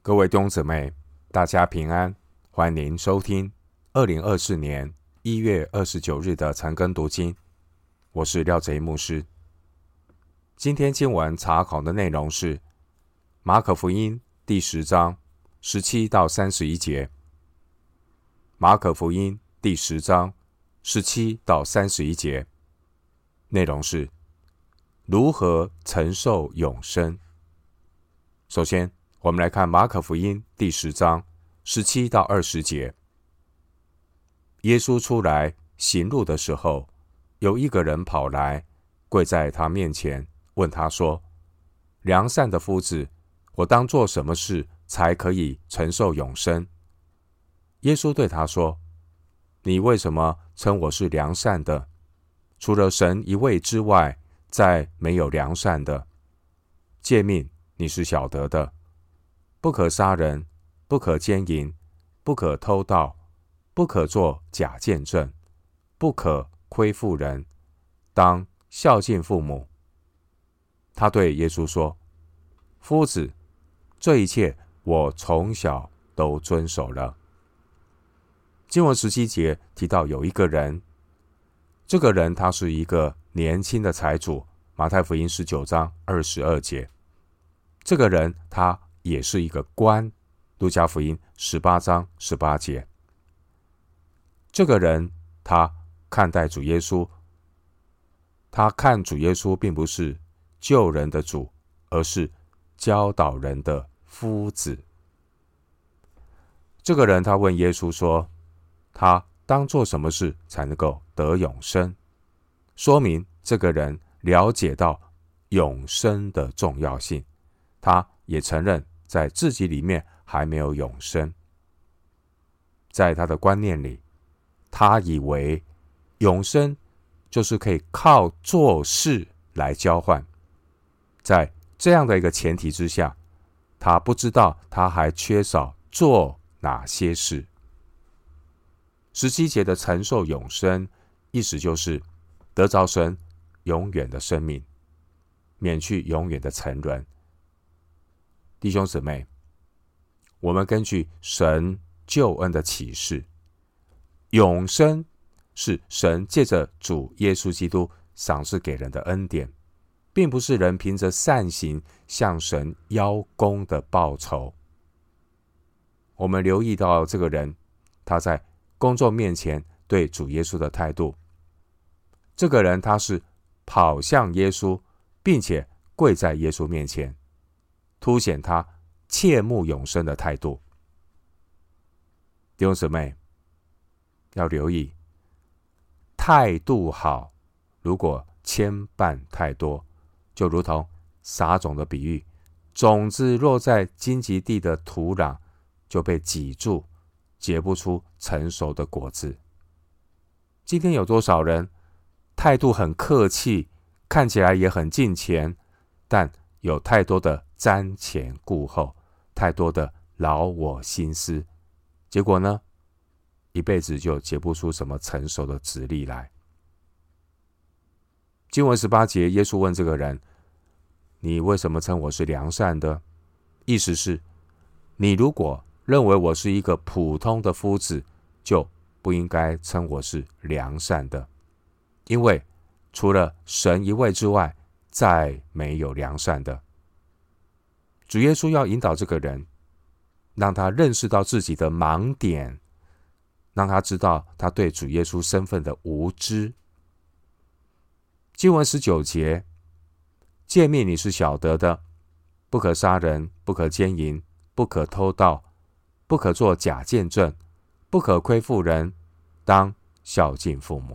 各位弟兄姊妹，大家平安，欢迎收听2024年1月29日的晨更读经。我是廖贼牧师。今天经文查考的内容是马可福音第10章17到31节。马可福音第10章17到31节，内容是如何承受永生。首先，我们来看马可福音第10章17到20节。耶稣出来行路的时候，有一个人跑来，跪在他面前，问他说：良善的夫子，我当做什么事才可以承受永生？耶稣对他说：你为什么称我是良善的？除了神一位之外，再没有良善的。诫命你是晓得的，不可杀人，不可奸淫，不可偷盗，不可作假见证，不可亏负人，当孝敬父母。他对耶稣说：夫子，这一切我从小都遵守了。经文17节提到有一个人，这个人他是一个年轻的财主，马太福音19章22节。这个人他也是一个官，路加福音18章18节。这个人他看待主耶稣，他看主耶稣并不是救人的主，而是教导人的夫子。这个人他问耶稣说，他当做什么事才能够得永生？说明这个人了解到永生的重要性，他也承认在自己里面还没有永生。在他的观念里，他以为永生就是可以靠做事来交换。在这样的一个前提之下，他不知道他还缺少做哪些事。17节的承受永生，意思就是得着神永远的生命，免去永远的沉沦。弟兄姊妹，我们根据神救恩的启示，永生是神借着主耶稣基督赏赐给人的恩典，并不是人凭着善行向神邀功的报酬。我们留意到这个人，他在公众面前对主耶稣的态度。这个人他是跑向耶稣，并且跪在耶稣面前，凸显他切慕永生的态度。弟兄姊妹，要留意，态度好，如果牵绊太多，就如同撒种的比喻，种子落在荆棘地的土壤，就被挤住，结不出成熟的果子。今天有多少人态度很客气，看起来也很敬虔，但有太多的瞻前顾后，太多的劳我心思，结果呢，一辈子就结不出什么成熟的子粒来。经文18节，耶稣问这个人：你为什么称我是良善的？意思是，你如果认为我是一个普通的夫子，就不应该称我是良善的，因为除了神一位之外，再没有良善的。主耶稣要引导这个人，让他认识到自己的盲点，让他知道他对主耶稣身份的无知。经文19节，诫命你是晓得的，不可杀人，不可奸淫，不可偷盗，不可作假见证，不可亏负人，当孝敬父母。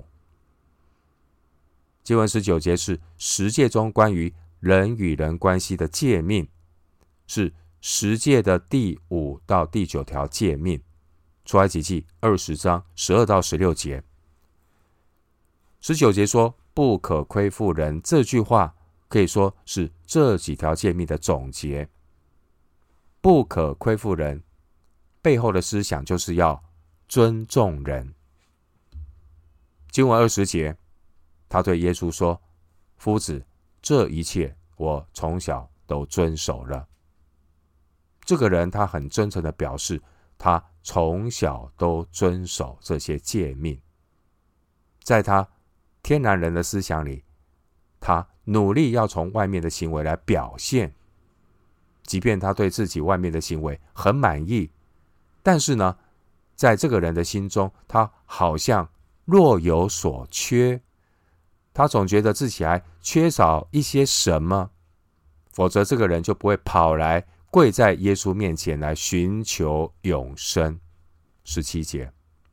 经文19节是10诫中关于人与人关系的诫命，是10诫的第5到第9条诫命。出埃及记20章12到16节。19节说不可亏负人，这句话可以说是这几条诫命的总结。不可亏负人背后的思想就是要尊重人。经文20节，他对耶稣说：夫子，这一切我从小都遵守了。 这个人他很真诚的表示，他从小都遵守这些诫命。在他天然人的思想里，他努力要从外面的行为来表现，即便他对自己外面的行为很满意，但是呢，在这个人的心中，他好像若有所缺，他总觉得自己还缺少一些什么，否则这个人就不会跑来跪在耶稣面前来寻求永生。17节，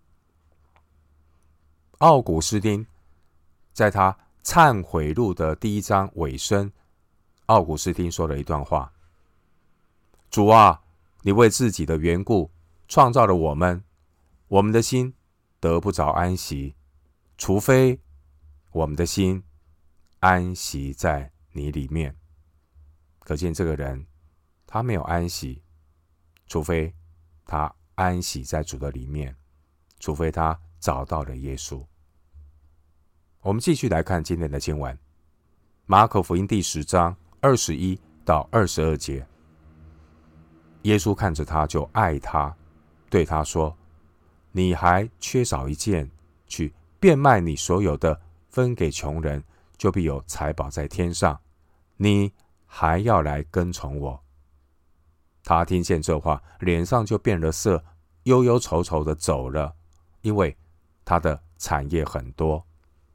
奥古斯丁在他忏悔录的第1章尾声，奥古斯丁说了一段话：主啊，你为自己的缘故创造了我们，我们的心得不着安息，除非我们的心安息在你里面。可见这个人他没有安息，除非他安息在主的里面，除非他找到了耶稣。我们继续来看今天的经文，马可福音第10章21到22节。耶稣看着他就爱他，对他说：你还缺少一件，去变卖你所有的，分给穷人，就必有财宝在天上。你还要来跟从我。他听见这话，脸上就变了色，忧忧愁愁的走了，因为他的产业很多。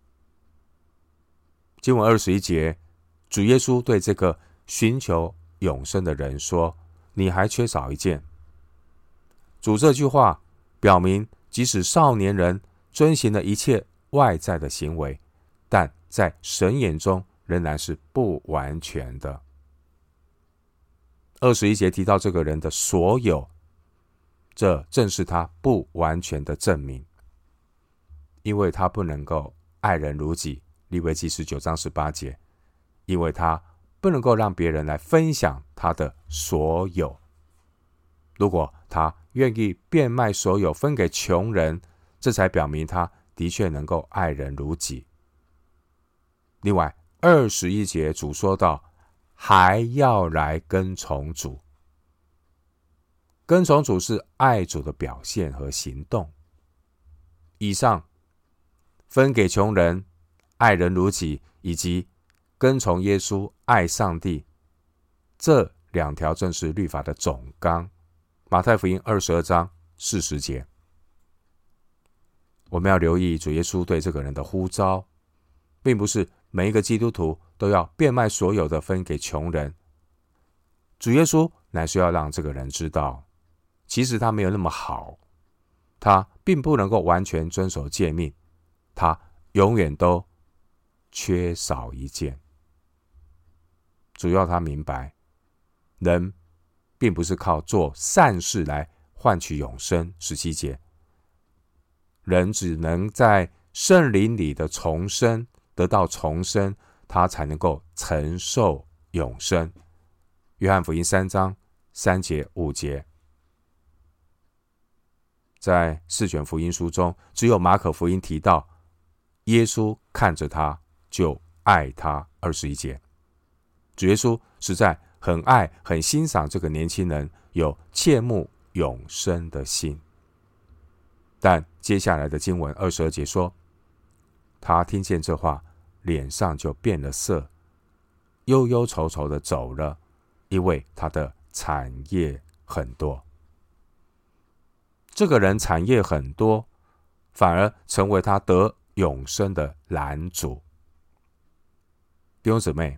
经文21节，主耶稣对这个寻求永生的人说：你还缺少一件。主这句话表明，即使少年人遵行了一切外在的行为，但在神眼中仍然是不完全的。21节提到这个人的所有，这正是他不完全的证明，因为他不能够爱人如己，利未记19章18节，因为他不能够让别人来分享他的所有。如果他愿意变卖所有分给穷人，这才表明他的确能够爱人如己。另外21节主说到，还要来跟从主。跟从主是爱主的表现和行动。以上分给穷人、爱人如己，以及跟从耶稣、爱上帝，这2条正是律法的总纲。马太福音22章40节，我们要留意主耶稣对这个人的呼召，并不是每一个基督徒都要变卖所有的分给穷人。主耶稣乃是要让这个人知道，其实他没有那么好，他并不能够完全遵守诫命，他永远都缺少一件。主要他明白，人并不是靠做善事来换取永生。17节，人只能在圣灵里的重生，得到重生，他才能够承受永生。约翰福音3章3节5节。在4卷福音书中，只有马可福音提到耶稣看着他就爱他。21节，主耶稣实在很爱很欣赏这个年轻人有切慕永生的心。但接下来的经文22节说，他听见这话，脸上就变了色，忧忧愁愁的走了，因为他的产业很多。这个人产业很多，反而成为他得永生的拦阻。弟兄姊妹，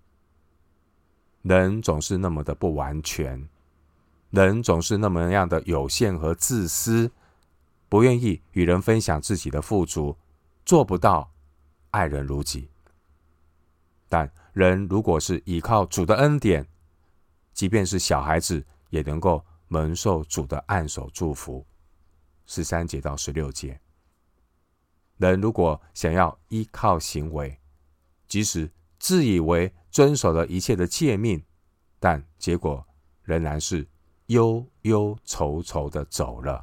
人总是那么的不完全，人总是那么样的有限和自私，不愿意与人分享自己的富足，做不到爱人如己。但人如果是依靠主的恩典，即便是小孩子也能够蒙受主的按手祝福。13节到16节，人如果想要依靠行为，即使自以为遵守了一切的诫命，但结果仍然是忧忧愁愁的走了。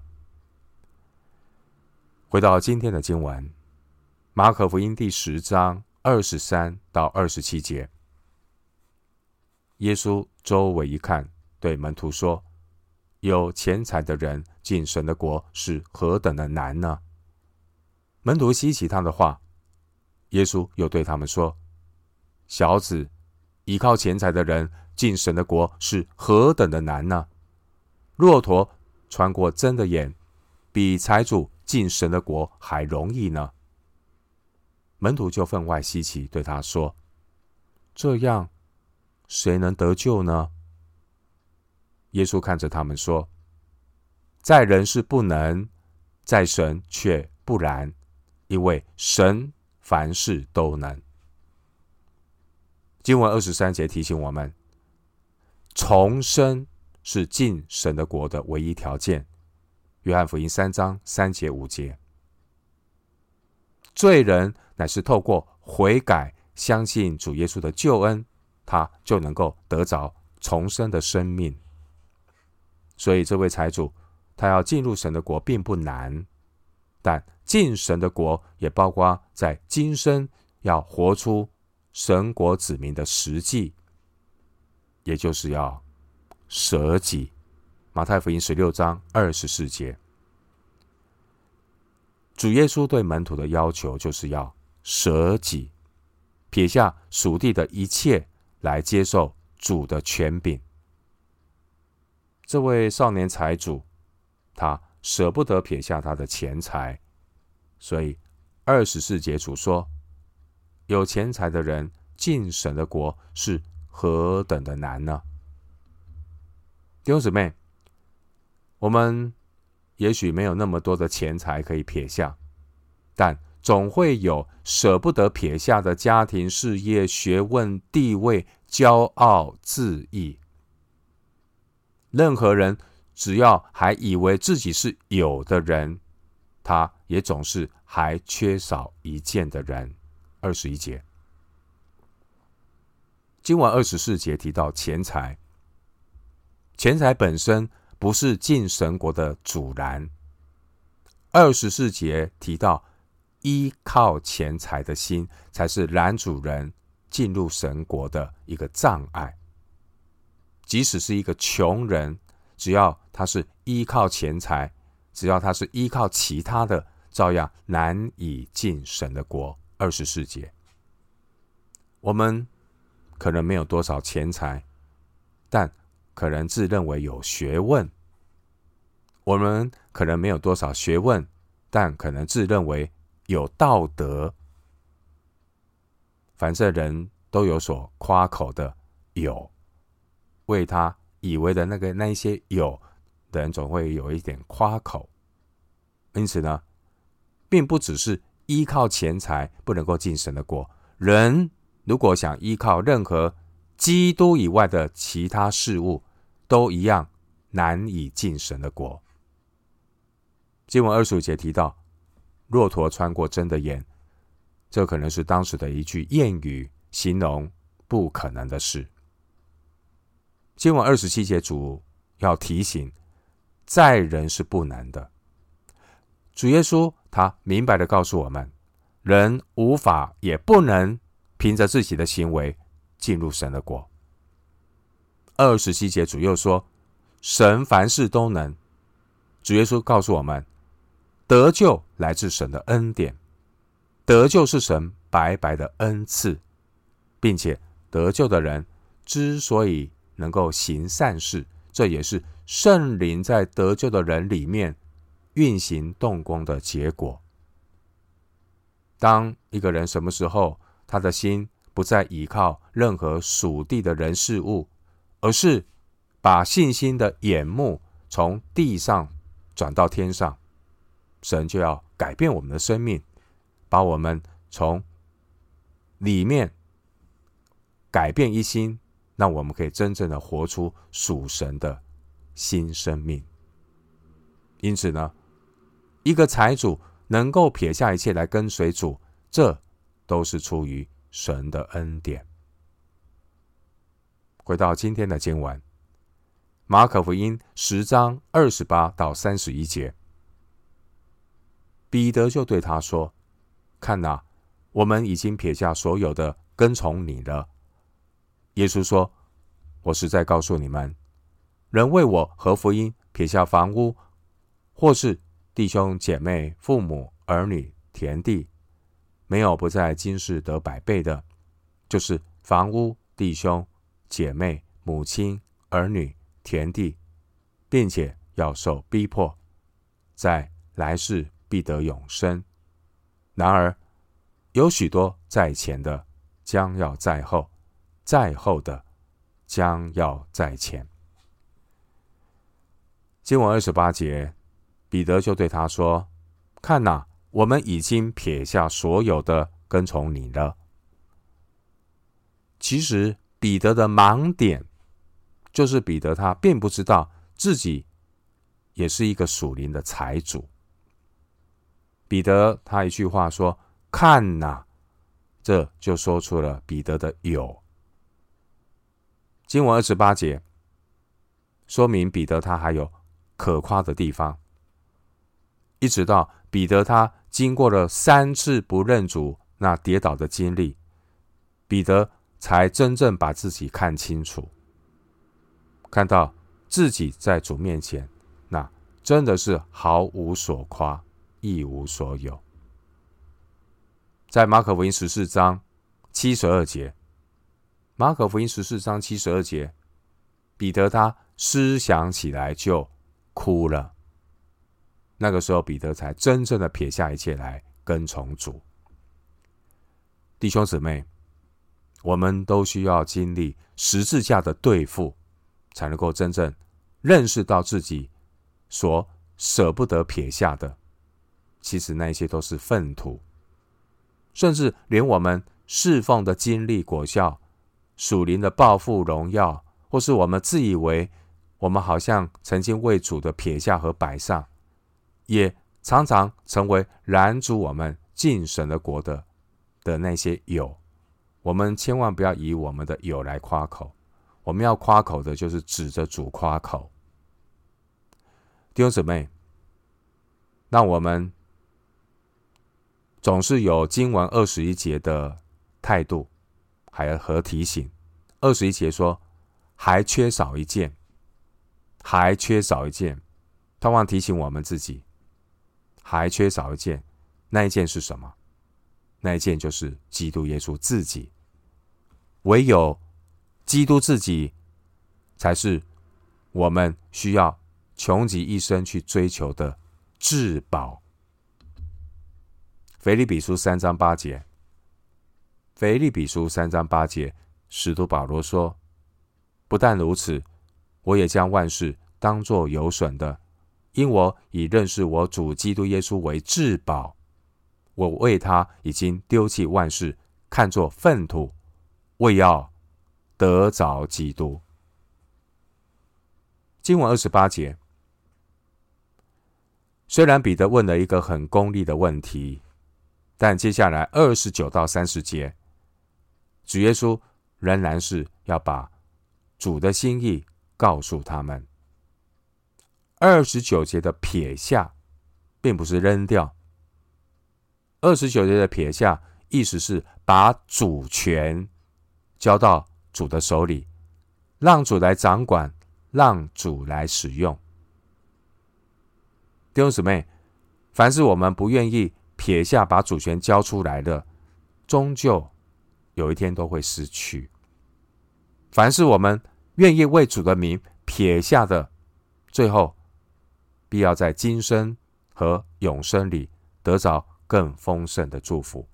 回到今天的经文，马可福音第10章23到27节，耶稣周围一看，对门徒说： 有钱财的人进神的国是何等的难呢？”门徒稀奇他的话，耶稣又对他们说：“小子，依靠钱财的人进神的国是何等的难呢？骆驼穿过针的眼，比财主进神的国还容易呢。”门徒就分外稀奇，对他说：“这样，谁能得救呢？”耶稣看着他们说：“在人是不能，在神却不然，因为神凡事都能。”经文23节提醒我们，重生是进神的国的唯一条件。约翰福音3章3节5节，罪人乃是透过悔改，相信主耶稣的救恩，他就能够得着重生的生命。所以这位财主，他要进入神的国并不难，但进神的国也包括在今生要活出神国子民的实际，也就是要舍己。马太福音16章24节，主耶稣对门徒的要求就是要舍己，撇下属地的一切来接受主的权柄。这位少年财主，他舍不得撇下他的钱财，所以24节主说，有钱财的人进神的国是何等的难呢？弟兄姊妹，我们也许没有那么多的钱财可以撇下，但总会有舍不得撇下的家庭、事业、学问、地位、骄傲、自义。任何人只要还以为自己是有的人，他也总是还缺少一件的人。21节，经文24节提到钱财，钱财本身不是进神国的阻拦。24节提到依靠钱财的心才是拦阻人进入神国的一个障碍。即使是一个穷人，只要他是依靠钱财，只要他是依靠其他的，照样难以进神的国。24节，我们可能没有多少钱财，但可能自认为有学问。我们可能没有多少学问，但可能自认为有道德。凡这人都有所夸口的有，为他以为的那一些有的人，总会有一点夸口。因此呢，并不只是依靠钱财不能够进神的国，人如果想依靠任何基督以外的其他事物，都一样难以进神的国。经文25节提到骆驼穿过针的眼，这可能是当时的一句谚语，形容不可能的事。经文27节主要提醒，在人是不能的。主耶稣他明白地告诉我们，人无法也不能凭着自己的行为进入神的国。27节主又说，神凡事都能。主耶稣告诉我们，得救来自神的恩典，得救是神白白的恩赐，并且得救的人之所以能够行善事，这也是圣灵在得救的人里面运行动工的结果。当一个人什么时候他的心不再依靠任何属地的人事物，而是把信心的眼目从地上转到天上，神就要改变我们的生命，把我们从里面改变一心，让我们可以真正的活出属神的新生命。因此呢，一个财主能够撇下一切来跟随主，这都是出于神的恩典。回到今天的经文，马可福音10章28到31节，彼得就对他说，看哪，我们已经撇下所有的跟从你了。耶稣说，我实在告诉你们，人为我和福音撇下房屋，或是弟兄姐妹、父母、儿女、田地，没有不在今世得百倍的，就是房屋、弟兄姐妹、母亲、儿女、田地，并且要受逼迫，在来世必得永生。然而有许多在前的将要在后，在后的将要在前。经文28节，彼得就对他说：看哪，我们已经撇下所有的，跟从你了。其实彼得的盲点，就是彼得他并不知道自己也是一个属灵的财主。彼得他一句话说：看哪，这就说出了彼得的有。经文28节说明彼得他还有可夸的地方，一直到彼得他经过了3次不认主那跌倒的经历，彼得才真正把自己看清楚，看到自己在主面前，那真的是毫无所夸，一无所有。在马可福音14章72节，马可福音14章72节，彼得他思想起来就哭了。那个时候，彼得才真正的撇下一切来跟从主。弟兄姊妹，我们都需要经历十字架的对付，才能够真正认识到自己所舍不得撇下的，其实那些都是粪土。甚至连我们侍奉的经历果效、属灵的抱负荣耀，或是我们自以为我们好像曾经为主的撇下和摆上，也常常成为拦阻我们进神的国的那些有。我们千万不要以我们的有来夸口，我们要夸口的就是指着主夸口。弟兄姊妹，让我们总是有经文21节的态度还和提醒。21节说还缺少一件，还缺少一件，他忘提醒我们自己，还缺少一件。那一件是什么？那一件就是基督耶稣自己。唯有基督自己才是我们需要穷极一生去追求的至宝。腓立比书3章8节，腓立比书3章8节，使徒保罗说：不但如此，我也将万事当作有损的，因我以认识我主基督耶稣为至宝。我为他已经丢弃万事，看作粪土，为要得着基督。经文28节，虽然彼得问了一个很功利的问题，但接下来29到30节，主耶稣仍然是要把主的心意告诉他们。29节的撇下并不是扔掉，29节的撇下意思是把主权交到主的手里，让主来掌管，让主来使用。弟兄姊妹，凡是我们不愿意撇下把主权交出来的，终究有一天都会失去。凡是我们愿意为主的名撇下的，最后必要在今生和永生里得着更丰盛的祝福。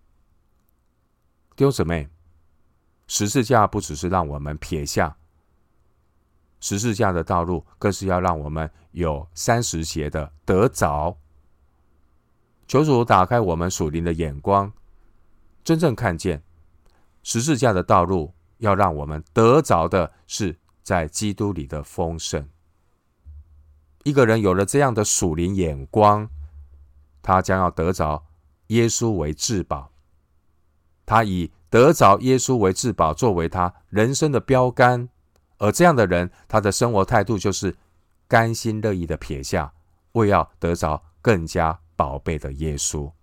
弟兄姊妹，十字架不只是让我们撇下，十字架的道路更是要让我们有30节的得着。求主打开我们属灵的眼光，真正看见十字架的道路要让我们得着的是在基督里的丰盛。一个人有了这样的属灵眼光，他将要得着耶稣为至宝，他以得着耶稣为至宝作为他人生的标杆，而这样的人，他的生活态度就是甘心乐意的撇下，为要得着更加宝贝的耶稣。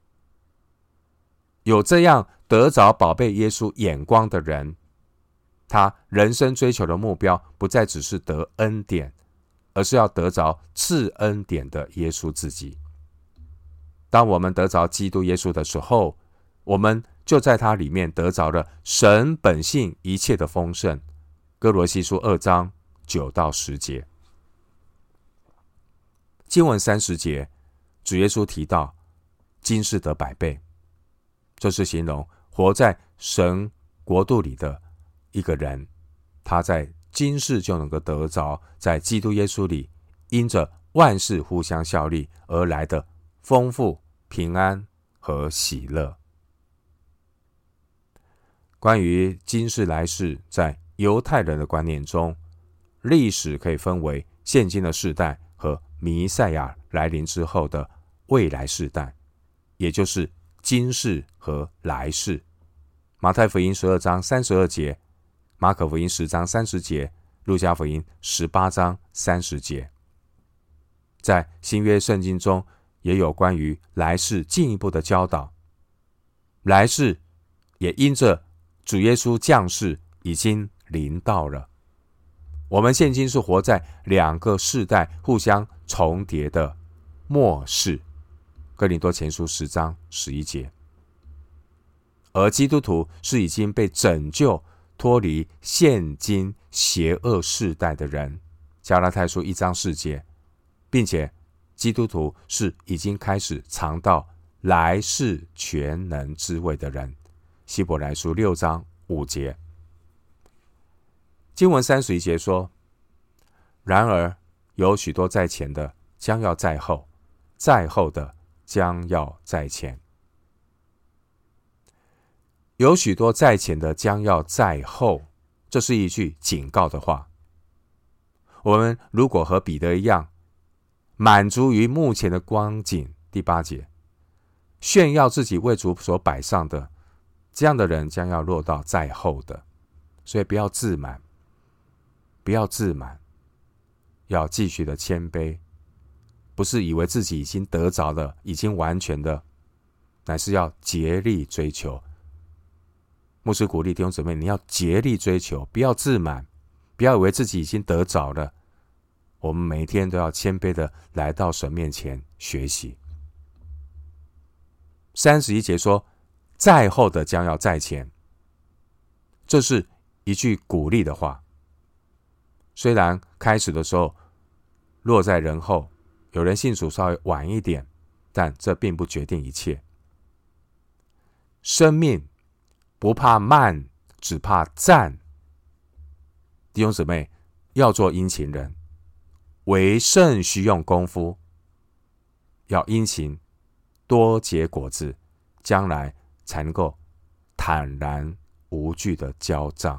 有这样得着宝贝耶稣眼光的人，他人生追求的目标不再只是得恩典， 而是要得着赐恩典的耶稣自己。当我们得着基督耶稣的时候，我们就在他里面得着了神本性一切的丰盛。哥罗西书2章9到10节。经文30节，主耶稣提到今世得100倍，这是形容活在神国度里的一个人，他在今世就能够得着在基督耶稣里因着万事互相效力而来的丰富、平安和喜乐。关于今世来世，在犹太人的观念中，历史可以分为现今的世代和弥赛亚来临之后的未来世代，也就是今世和来世。马太福音12章32节，马可福音10章30节，路加福音18章30节。在新约圣经中也有关于来世进一步的教导。来世也因着主耶稣降世已经临到了。我们现今是活在2个世代互相重叠的末世，哥林多前书10章11节。而基督徒是已经被拯救脱离现今邪恶世代的人，加拉太书1章4节，并且基督徒是已经开始尝到来世全能之味的人，希伯来书6章5节。经文31节说，然而有许多在前的将要在后，在后的将要在前。有许多在前的将要在后，这是一句警告的话。我们如果和彼得一样，满足于目前的光景，第8节，炫耀自己为主所摆上的，这样的人将要落到在后的。所以不要自满，不要自满，要继续的谦卑，不是以为自己已经得着了，已经完全的，乃是要竭力追求。牧师鼓励弟兄姊妹，你要竭力追求，不要自满，不要以为自己已经得着了。我们每一天都要谦卑的来到神面前学习。31节说，在后的将要在前，这是一句鼓励的话。虽然开始的时候落在人后，有人信主稍微晚一点，但这并不决定一切。生命不怕慢，只怕战。弟兄姊妹，要做殷勤人，为圣需用功夫，要殷勤，多结果子，将来才能够坦然无惧的交账。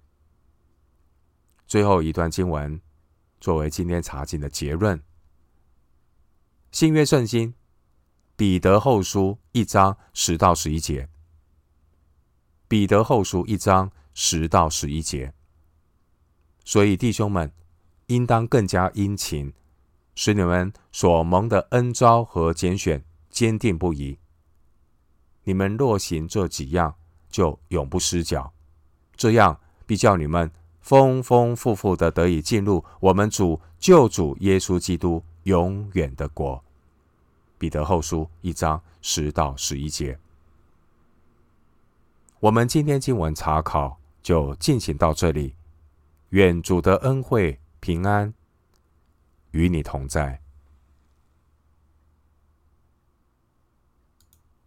最后一段经文作为今天查经的结论，新约圣经彼得后书1章10到11节。彼得后书1章10到11节。所以弟兄们，应当更加殷勤，使你们所蒙的恩召和拣选坚定不移。你们若行这几样，就永不失脚，这样必叫你们丰丰富富的得以进入我们主救主耶稣基督永远的国。彼得后书1章10到11节。我们今天经文查考就进行到这里，愿主的恩惠平安与你同在。